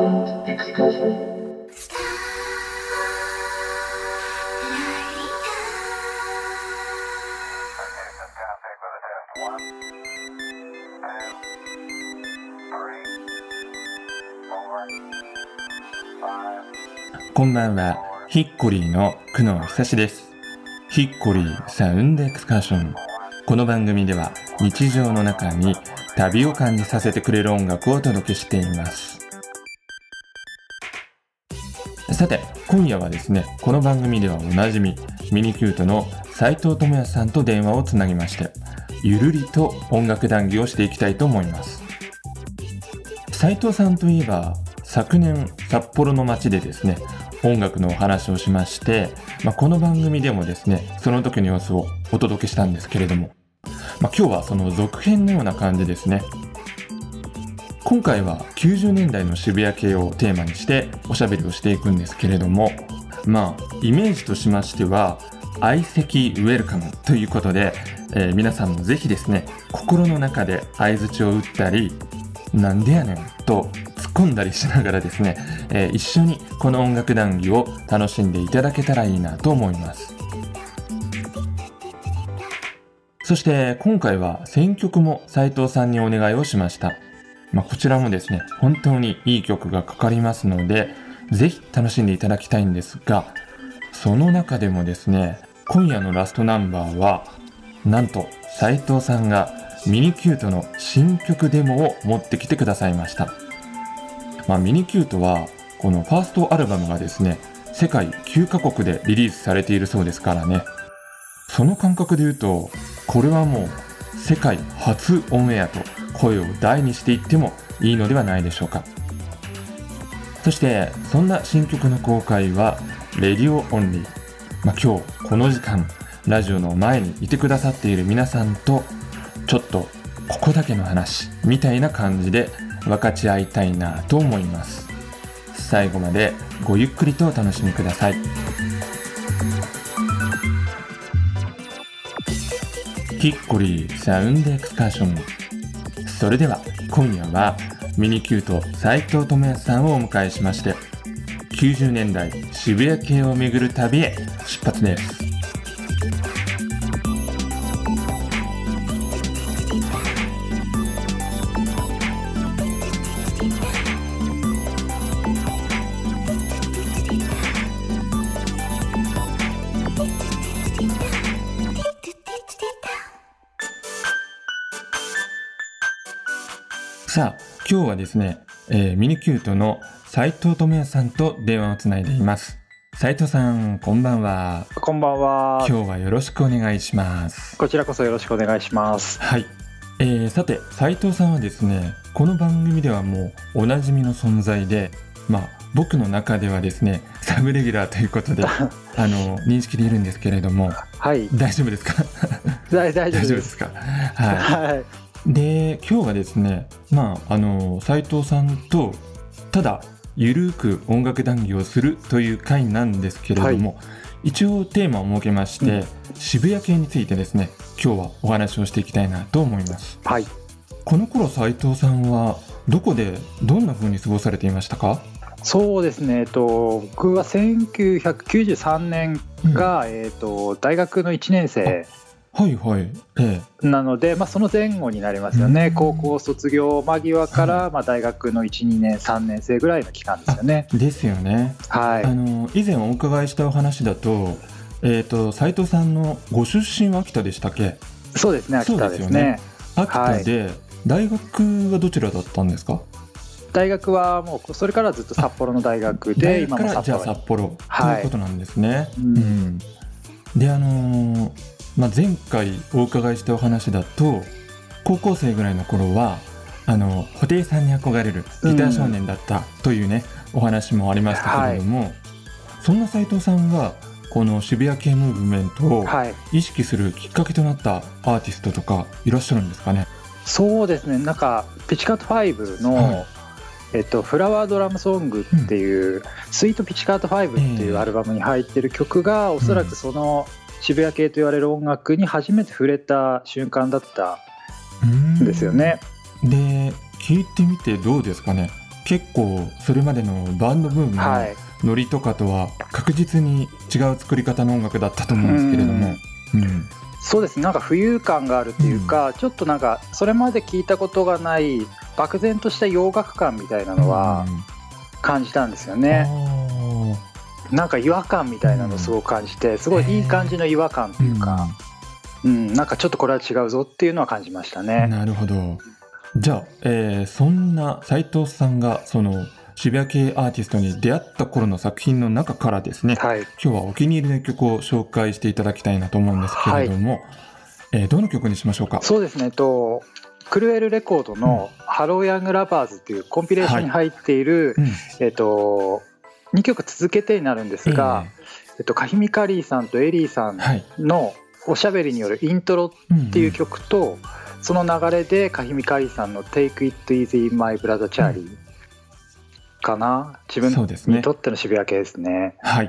Sound excursion. こんばんは、ヒッコリーの久野久志です。ヒッコリーサウンドエクスカーション。この番組では日常の中に旅を感じさせてくれる音楽をお届けしています。さて、今夜はですね、この番組ではおなじみミニキュートの斉藤智康さんと電話をつなぎまして、ゆるりと音楽談義をしていきたいと思います。斉藤さんといえば、昨年札幌の街でですね、音楽のお話をしまして、この番組でもですね、その時の様子をお届けしたんですけれども、今日はその続編のような感じですね。今回は90年代の渋谷系をテーマにしておしゃべりをしていくんですけれども、イメージとしましては相席ウェルカムということで、皆さんもぜひですね、心の中で相槌を打ったり、なんでやねんと突っ込んだりしながらですね、一緒にこの音楽談義を楽しんでいただけたらいいなと思います。そして今回は選曲も斉藤さんにお願いをしました。こちらもですね、本当にいい曲がかかりますので、ぜひ楽しんでいただきたいんですが、その中でもですね、今夜のラストナンバーはなんと斉藤さんがミニキュートの新曲デモを持ってきてくださいました。ミニキュートはこのファーストアルバムがですね、世界9カ国でリリースされているそうですからね。その感覚で言うと、これはもう世界初オンエアと声を大にしていってもいいのではないでしょうか。そしてそんな新曲の公開はレディオオンリー。今日この時間ラジオの前にいてくださっている皆さんとちょっとここだけの話みたいな感じで分かち合いたいなと思います。最後までごゆっくりとお楽しみください。ヒッコリーサウンドエクスカーション。それでは今夜はミニキュート斉藤智康さんをお迎えしまして、90年代渋谷系を巡る旅へ出発です。さあ、今日はですね、ミニキュートの斉藤智康さんと電話をつないでいます。斉藤さん、こんばんは。 こんばんは。 今日はよろしくお願いします。 こちらこそよろしくお願いします。 はい。さて、斉藤さんはですね、この番組ではもうおなじみの存在で、僕の中ではですね、サブレギュラーということで認識でいるんですけれども、 はい。 大丈夫ですか？ 大丈夫です。 大丈夫ですか？ はい。 で、今日はですね、斉藤さんとただゆるく音楽談義をするという回なんですけれども、一応テーマを設けまして、渋谷系についてですね、今日はお話をしていきたいなと思います。 はい。 この頃斉藤さんはどこでどんな風に過ごされていましたか？ そうですね、僕は1993年が、大学の1年生なので、その前後になりますよね。高校卒業間際から、大学の 1,2 年3年生ぐらいの期間ですよね。 ですよね。 はい。 以前お伺いしたお話だと、斉藤さんのご出身は秋田でしたっけ？ そうですね、秋田ですね。 秋田で、大学はどちらだったんですか？ 大学はもうそれからずっと札幌の大学で、 今も札幌ということなんですね。で、前回お伺いしたお話だと、高校生ぐらいの頃は布袋さんに憧れるギター少年だったというね、お話もありましたけれども、そんな斉藤さんがこの渋谷系ムーブメントを意識するきっかけとなったアーティストとかいらっしゃるんですかね？ そうですね、なんかピチカート5の、フラワードラムソングっていう、スイートピチカート5っていうアルバムに入ってる曲が、おそらくその渋谷系と言われる音楽に初めて触れた瞬間だったんですよね。 で、聞いてみてどうですかね？ 結構それまでのバンドブームのノリとかとは確実に違う作り方の音楽だったと思うんですけれども、 そうですね、なんか浮遊感があるっていうか、ちょっとなんかそれまで聞いたことがない漠然とした洋楽感みたいなのは感じたんですよね。なんか違和感みたいなのをすごく感じて、すごいいい感じの違和感っていうか、なんかちょっとこれは違うぞっていうのは感じましたね。 なるほど。じゃあ、そんな斉藤さんがその渋谷系アーティストに出会った頃の作品の中からですね、今日はお気に入りの曲を紹介していただきたいなと思うんですけれども、どの曲にしましょうか？ そうですね、クルエルレコードのハローヤングラバーズっていうコンピレーションに入っている、2曲続けてになるんですが、カヒミカリーさんとエリーさんのおしゃべりによるイントロっていう曲と、その流れでカヒミカリーさんの Take It Easy My Brother Charlie かな、自分にとっての渋谷系ですね。 はい。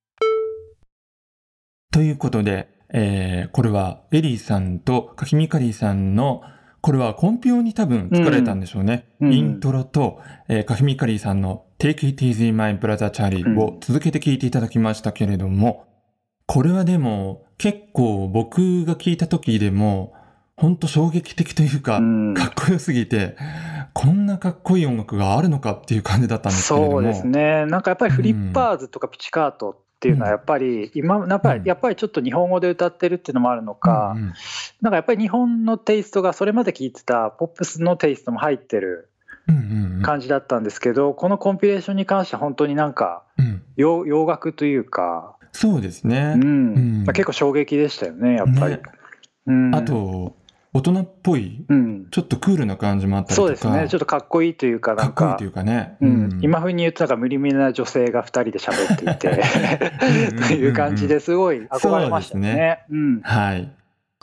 ということで、これはエリーさんとカヒミカリーさんのこれはコンピ用に多分作られたんでしょうね。イントロと、カヒミカリーさんの Take It Easy My Brother Charlie を続けて聴いていただきましたけれども、これはでも結構僕が聴いた時でも本当衝撃的というか、かっこよすぎて、こんなかっこいい音楽があるのかっていう感じだったんですけれども。 そうですね、なんかやっぱりフリッパーズとかピチカートっていうのはやっぱりやっぱりちょっと日本語で歌ってるっていうのもあるのか、なんかやっぱり日本のテイストがそれまで聴いてたポップスのテイストも入ってる感じだったんですけど、このコンピレーションに関しては本当になんか洋楽というか、 そうですね、 結構衝撃でしたよね、やっぱり、 あと大人っぽい、ちょっとクールな感じもあったりとか、 そうですね、ちょっとかっこいいというか、なんかかっこいいというかね、 今風に言うとなんか無理無理な女性が2人で喋っていてという感じですごい憧れましたね。 はい。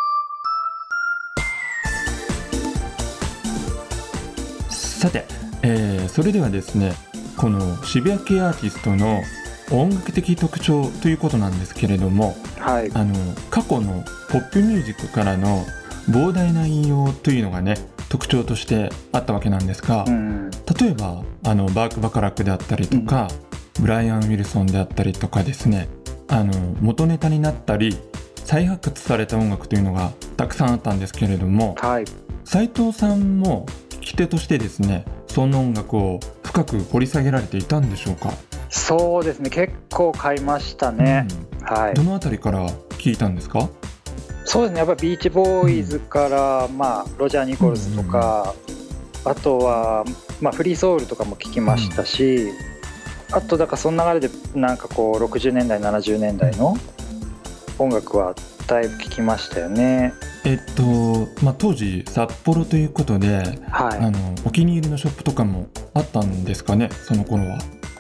さて、それではですね、この渋谷系アーティストの音楽的特徴ということなんですけれども、過去のポップミュージックからの膨大な引用というのがね特徴としてあったわけなんですが、例えばバーク・バカラックであったりとか、ブライアン・ウィルソンであったりとかですね、元ネタになったり再発掘された音楽というのがたくさんあったんですけれども、斉藤さんも聴き手としてですね、その音楽を深く掘り下げられていたんでしょうか？ そうですね、結構買いましたね。 どのあたりから聴いたんですか？ そうですね、やっぱりビーチボーイズから、ロジャー・ニコルズとか、あとは、フリーソウルとかも聴きましたし、あとだからその流れでなんかこう60年代70年代の音楽はだいぶ聴きましたよね。 当時札幌ということで、お気に入りのショップとかもあったんですかね、その頃は。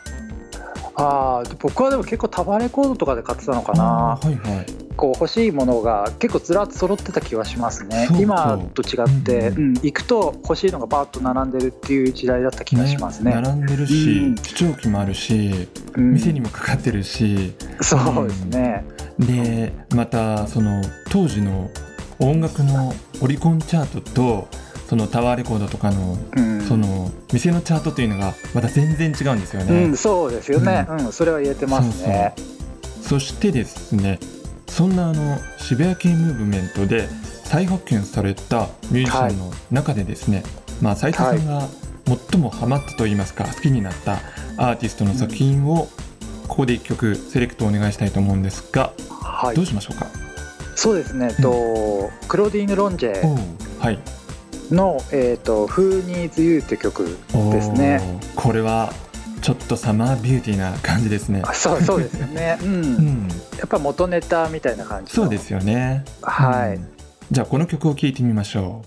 僕はでも結構タワーレコードとかで買ってたのかな。こう欲しいものが結構ずらっと揃ってた気がしますね。今と違って、行くと欲しいのがバーッと並んでるっていう時代だった気がしますね。 並んでるし、視聴器もあるし、店にもかかってるし、 そうですね。 でまたその当時の音楽のオリコンチャートとそのタワーレコードとかの、その店のチャートというのがまた全然違うんですよね。 そうですよね、それは言えてますね。 そしてですね、そんな渋谷系ムーブメントで再発見されたミュージシャンの中でですね、斉藤さんが最もハマったといいますか、好きになったアーティストの作品をここで1曲セレクトお願いしたいと思うんですが、どうしましょうか？ そうですね、クロディーヌ・ロンジェのWho Needs You という曲ですね。 これはちょっとサマービューティーな感じですね。 そうですよね、やっぱ元ネタみたいな感じ。 そうですよね。じゃあこの曲を聴いてみましょ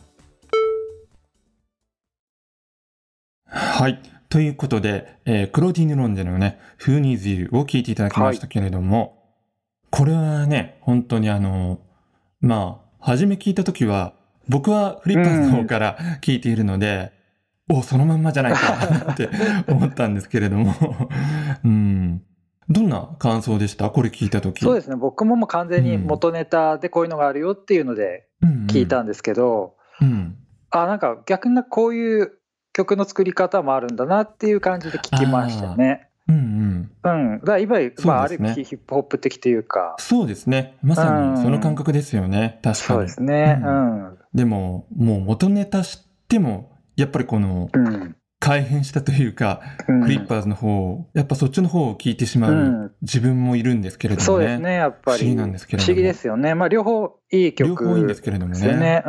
う。ということで、クロディーヌ・ロンジェのね Who Needs You を聴いていただきましたけれども、これはね本当に初め聞いた時は僕はフリッパーズの方から聞いているので、そのまんまじゃないかって思ったんですけれどもどんな感想でした？これ聞いた時。 そうですね、僕ももう完全に元ネタでこういうのがあるよっていうので聞いたんですけど、なんか逆にこういう曲の作り方もあるんだなっていう感じで聞きましたね。だからいわゆる、ある意味ヒップホップ的というか。 そうですね。まさにその感覚ですよね。確かに。 そうですね。 でも、もう元ネタ知っても、やっぱりこの、改変したというか、フリッパーズの方、やっぱそっちの方を聞いてしまう自分もいるんですけれどもね。 そうですね、やっぱり。 不思議なんですけれども。 不思議ですよね。両方いい曲ですよね。 両方いいんですけれどもね。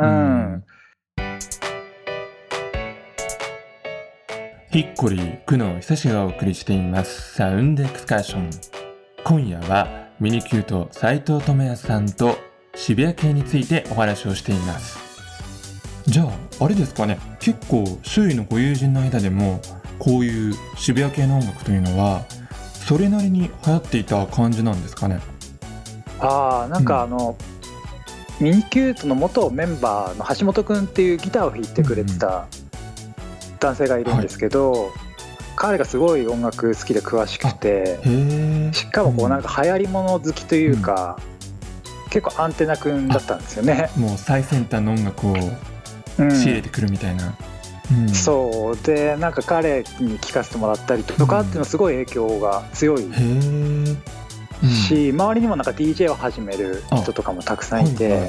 ヒッコリー、久野久志がお送りしていますサウンドエクスカーション。今夜はミニキュート斉藤智也さんと渋谷系についてお話をしています。じゃああれですかね、結構周囲のご友人の間でもこういう渋谷系の音楽というのはそれなりに流行っていた感じなんですかね。 なんかミニキュートの元メンバーの橋本くんっていうギターを弾いてくれてた男性がいるんですけど、彼がすごい音楽好きで詳しくて、しかもなんか流行り物好きというか、結構アンテナくんだったんですよね。 もう最先端の音楽を仕入れてくるみたいな。 そうで、なんか彼に聴かせてもらったりとかっていうのはすごい影響が強いし、周りにもなんか DJ を始める人とかもたくさんいて、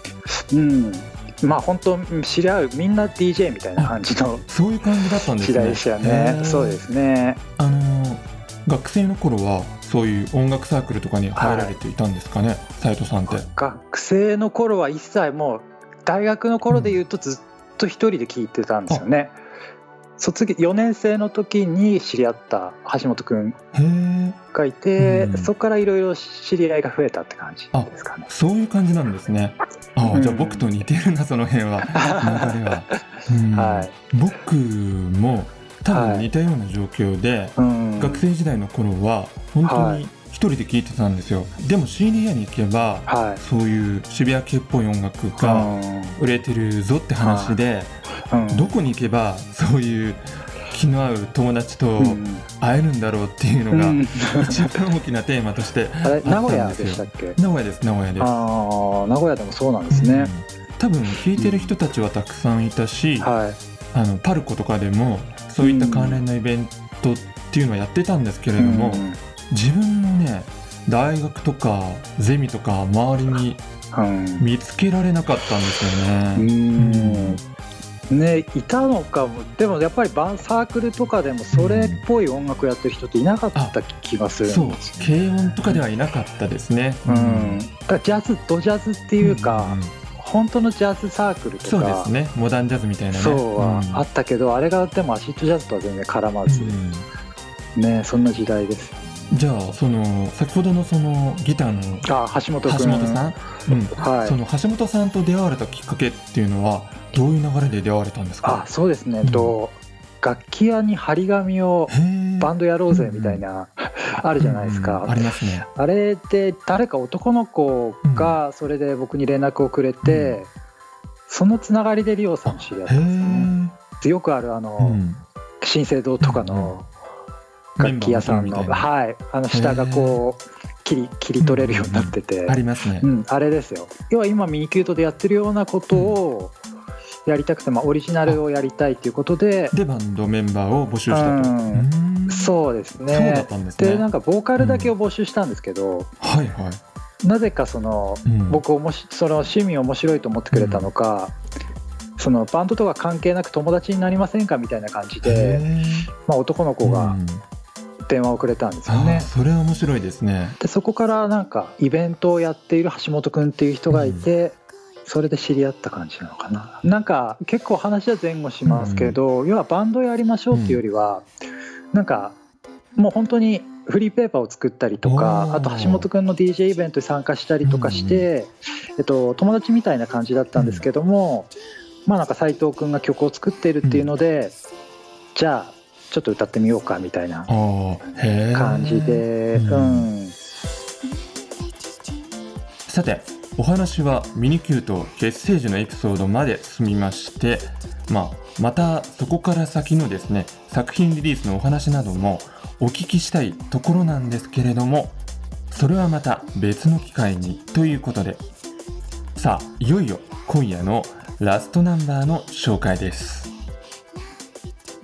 本当知り合うみんな DJ みたいな感じのそういう感じだったんですね。 時代でしたよね。そうですね。 学生の頃はそういう音楽サークルとかに入られていたんですかね、斉藤さんって。 学生の頃は一切、もう大学の頃でいうとずっと一人で聴いてたんですよね。卒業4年生の時に知り合った橋本くんがいて、そこからいろいろ知り合いが増えたって感じですかね。 そういう感じなんですね。じゃあ僕と似てるな、その辺は流れは。僕も多分似たような状況で、学生時代の頃は本当に一人で聴いてたんですよ。でも CD 屋に行けば、そういう渋谷系っぽい音楽が売れてるぞって話で、どこに行けばそういう気の合う友達と会えるんだろうっていうのが一番大きなテーマとしてあったんですよ。 名古屋でしたっけ？ 名古屋です。名古屋です。 名古屋でもそうなんですね。 多分聴いてる人たちはたくさんいたし、パルコとかでもそういった関連のイベントっていうのはやってたんですけれども、自分のね、大学とかゼミとか周りに見つけられなかったんですよね。 いたのかも。でもやっぱりサークルとかでもそれっぽい音楽やってる人っていなかった気がするんですよね。 軽音とかではいなかったですね。 だからドジャズっていうか、本当のジャズサークルとか、 そうですね、モダンジャズみたいなね、 そうはあったけど、あれがでもアシッドジャズとは全然絡まず、そんな時代です。 じゃあ先ほどのそのギターの橋本さん、 その橋本さんと出会われたきっかけっていうのはどういう流れで出会われたんですか？ そうですね、楽器屋に張り紙をバンドやろうぜみたいなあるじゃないですか。 ありますね。 あれで誰か男の子がそれで僕に連絡をくれて、そのつながりでリオさんを知り合ったんですね。よくある新生堂とかの楽器屋さんの、下がこう切り取れるようになってて、 ありますね。 あれですよ。要は今ミニキュートでやってるようなことをやりたくて、オリジナルをやりたいということでバンドメンバーを募集したと。 そうですね。 そうだったんですね。 でなんかボーカルだけを募集したんですけど、なぜか僕その趣味面白いと思ってくれたのか、そのバンドとか関係なく友達になりませんかみたいな感じで、男の子が電話をくれたんですよね。 それは面白いですね。 でそこからなんかイベントをやっている橋本くんっていう人がいて、それで知り合った感じなのかな。なんか結構話は前後しますけど、要はバンドやりましょうっていうよりは、なんかもう本当にフリーペーパーを作ったりとか、あと橋本くんの DJ イベントに参加したりとかして、友達みたいな感じだったんですけども、なんか斉藤くんが曲を作っているっていうので、じゃあちょっと歌ってみようかみたいな感じで、 さてお話はミニキュート結成時のエピソードまで進みまして、またそこから先のですね、作品リリースのお話などもお聞きしたいところなんですけれども、それはまた別の機会にということで、さあいよいよ今夜のラストナンバーの紹介です。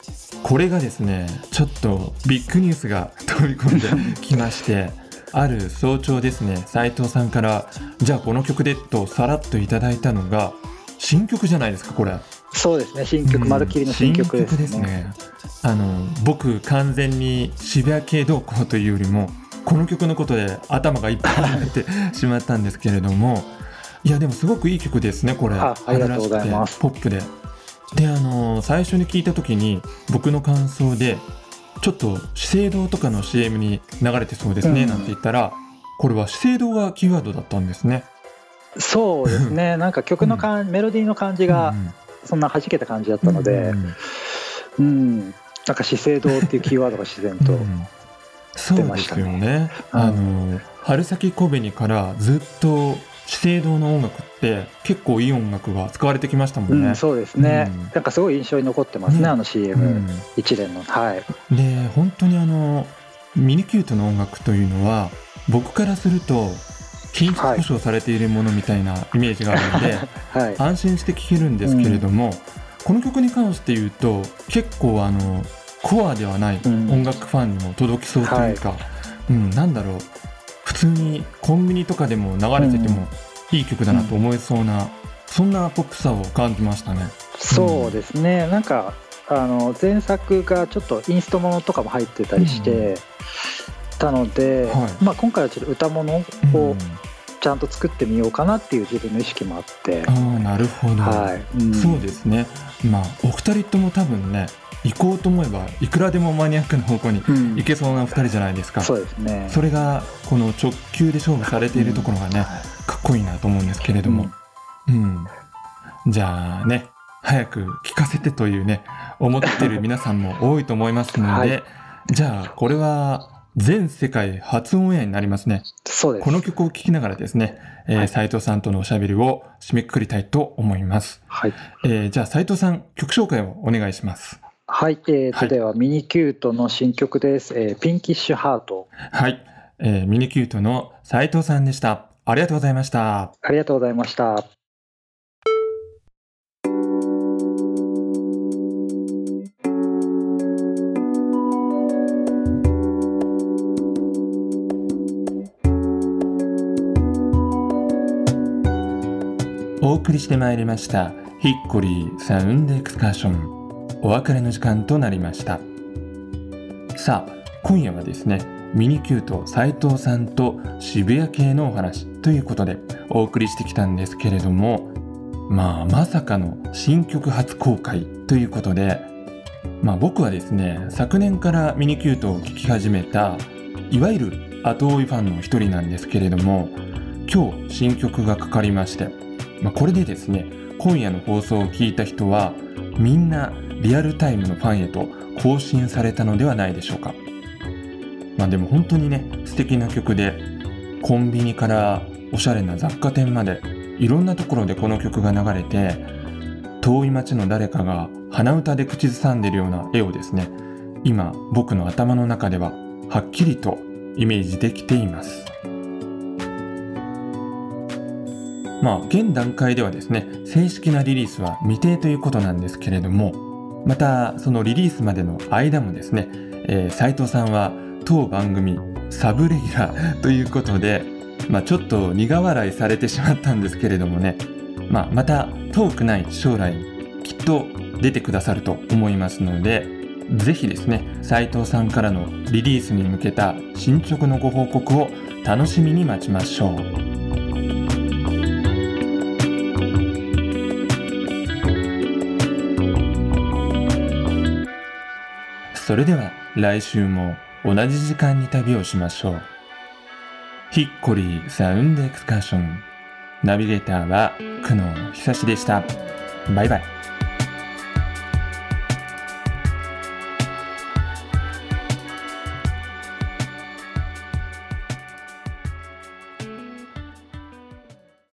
これがですねちょっとビッグニュースが飛び込んできましてある早朝ですね、斉藤さんからじゃあこの曲でとさらっといただいたのが新曲じゃないですか。これそうですね、新曲、まるっきりの新曲ですね。 新曲ですね。僕完全に渋谷系動向というよりもこの曲のことで頭がいっぱいになってしまったんですけれども、いやでもすごくいい曲ですねこれ。 ありがとうございます。 ポップで最初に聞いた時に僕の感想でちょっと資生堂とかの CM に流れてそうですねなんて言ったら、これは資生堂がキーワードだったんですね。 そうですねなんか曲のメロディーの感じがそんな弾けた感じだったので、なんか資生堂っていうキーワードが自然と出ましたね。 そうですよね。春先小紅からずっと資生堂の音楽って結構いい音楽が使われてきましたもんね。 そうですね、なんかすごい印象に残ってますね、CM、一連の。 で本当にミニキュートの音楽というのは僕からすると品質保証されているものみたいなイメージがあるので、安心して聴けるんですけれども、この曲に関して言うと結構コアではない音楽ファンにも届きそうというか、なんだろう、普通にコンビニとかでも流れててもいい曲だなと思えそうな、そんなポップさを感じましたね。 そうですね、なんか前作がちょっとインストものとかも入ってたりしてたので、今回はちょっと歌物をちゃんと作ってみようかなっていう自分の意識もあって。 なるほど、そうですね。お二人とも多分ね行こうと思えばいくらでもマニアックな方向に行けそうな2人じゃないですか。 そうですね。 それがこの直球で勝負されているところがね、かっこいいなと思うんですけれども、じゃあね早く聞かせてというね思ってる皆さんも多いと思いますので、じゃあこれは全世界初オンエアになりますね。 そうです。 この曲を聴きながらですね、斉藤さんとのおしゃべりを締めくくりたいと思います。じゃあ斉藤さん曲紹介をお願いします。 ではミニキュートの新曲です、ピンキッシュハート。 ミニキュートの斉藤さんでした。ありがとうございました。 ありがとうございました。 お送りしてまいりましたヒッコリーサウンドエクスカーション、お別れの時間となりました。さあ今夜はですねミニキュート斉藤さんと渋谷系のお話ということでお送りしてきたんですけれども、まさかの新曲初公開ということで、僕はですね昨年からミニキュートを聴き始めたいわゆる後追いファンの一人なんですけれども、今日新曲がかかりまして、これでですね今夜の放送を聞いた人はみんなリアルタイムのファンへと更新されたのではないでしょうか。でも本当にね素敵な曲で、コンビニからおしゃれな雑貨店までいろんなところでこの曲が流れて、遠い町の誰かが鼻歌で口ずさんでいるような絵をですね今僕の頭の中でははっきりとイメージできています。現段階ではですね正式なリリースは未定ということなんですけれども、またそのリリースまでの間もですね、斉藤さんは当番組サブレギュラーということで、ちょっと苦笑いされてしまったんですけれどもね、また遠くない将来きっと出てくださると思いますので、ぜひですね斉藤さんからのリリースに向けた進捗のご報告を楽しみに待ちましょう。それでは来週も同じ時間に旅をしましょう。ヒッコリーサウンドエクスカーション、ナビゲーターは久野久志でした。バイバイ。